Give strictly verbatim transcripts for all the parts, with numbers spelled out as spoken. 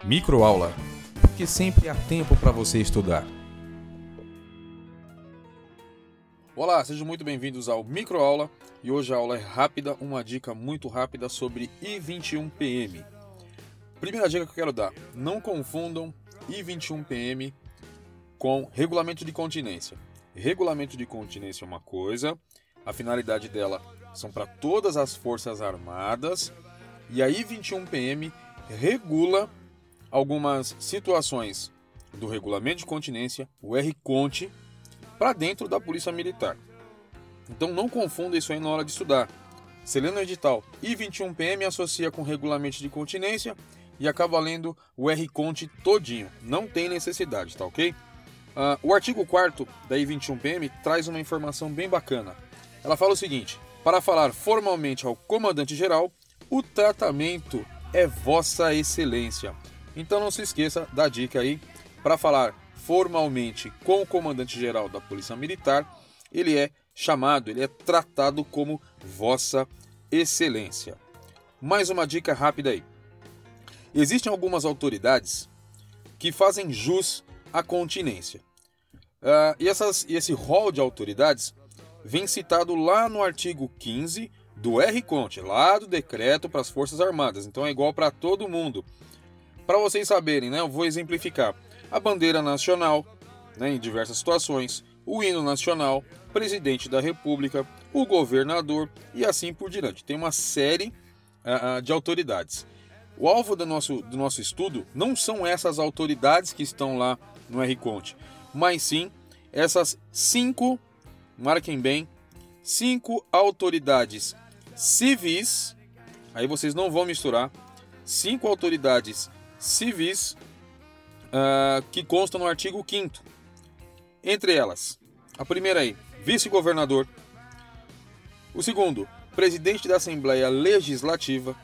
Microaula, porque sempre há tempo para você estudar. Olá, sejam muito bem-vindos ao Microaula e hoje a aula é rápida, uma dica muito rápida sobre I vinte e um P M. Primeira dica que eu quero dar, não confundam I vinte e um P M com regulamento de continência. Regulamento de continência é uma coisa, a finalidade dela são para todas as forças armadas e a I vinte e um P M regula algumas situações do regulamento de continência, o R-Conte, para dentro da Polícia Militar. Então não confunda isso aí na hora de estudar. Você lê no edital, I vinte e um P M associa com regulamento de continência e acaba lendo o R-Conte todinho. Não tem necessidade, tá ok? Uh, o artigo quarto da I vinte e um P M traz uma informação bem bacana. Ela fala o seguinte: para falar formalmente ao comandante-geral, o tratamento é Vossa Excelência. Então não se esqueça da dica aí, para falar formalmente com o comandante-geral da Polícia Militar, ele é chamado, ele é tratado como Vossa Excelência. Mais uma dica rápida aí. Existem algumas autoridades que fazem jus à continência. Uh, e, essas, e esse rol de autoridades vem citado lá no artigo quinze do R-Conte, lá do decreto para as Forças Armadas. Então é igual para todo mundo. Para vocês saberem, né, eu vou exemplificar. A bandeira nacional, né, em diversas situações, o hino nacional, presidente da República, o governador e assim por diante. Tem uma série uh, de autoridades. O alvo do nosso, do nosso estudo não são essas autoridades que estão lá no R-Conte, mas sim essas cinco, marquem bem, cinco autoridades civis, aí vocês não vão misturar, cinco autoridades civis uh, que constam no artigo quinto. Entre elas, a primeira aí, vice-governador. O segundo, presidente da Assembleia Legislativa.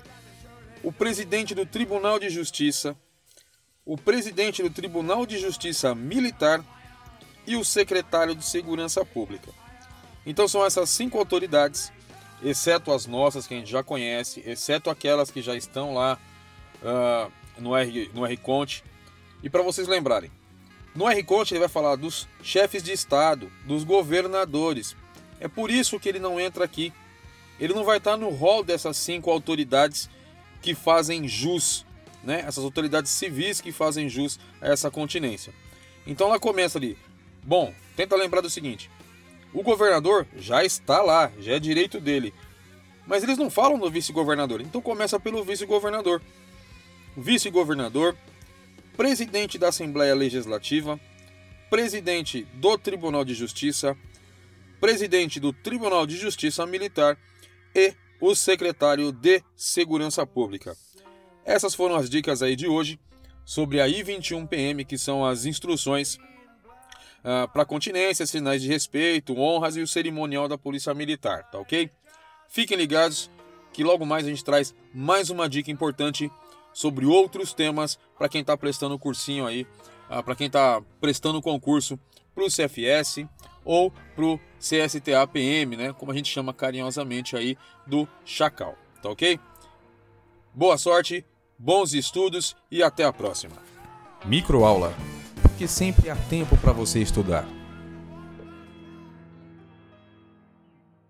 O presidente do Tribunal de Justiça. O presidente do Tribunal de Justiça Militar. E o secretário de Segurança Pública. Então são essas cinco autoridades, exceto as nossas que a gente já conhece, exceto aquelas que já estão lá uh, no, R, no R-Conte. E para vocês lembrarem, no R-Conte ele vai falar dos chefes de Estado, dos governadores. É por isso que ele não entra aqui. Ele não vai estar no rol dessas cinco autoridades que fazem jus, né? Essas autoridades civis que fazem jus a essa continência. Então ela começa ali. Bom, tenta lembrar do seguinte. O governador já está lá, já é direito dele. Mas eles não falam do vice-governador. Então começa pelo vice-governador. Vice-governador, presidente da Assembleia Legislativa, presidente do Tribunal de Justiça, presidente do Tribunal de Justiça Militar e o secretário de Segurança Pública. Essas foram as dicas aí de hoje sobre a I vinte e um P M, que são as instruções uh, para continência, sinais de respeito, honras e o cerimonial da Polícia Militar, tá ok? Fiquem ligados que logo mais a gente traz mais uma dica importante sobre outros temas para quem está prestando o cursinho aí, uh, para quem está prestando o concurso para o C F S ou para o C S T A P M, né, como a gente chama carinhosamente aí do Chacal, tá ok? Boa sorte, bons estudos e até a próxima. Microaula, porque sempre há tempo para você estudar.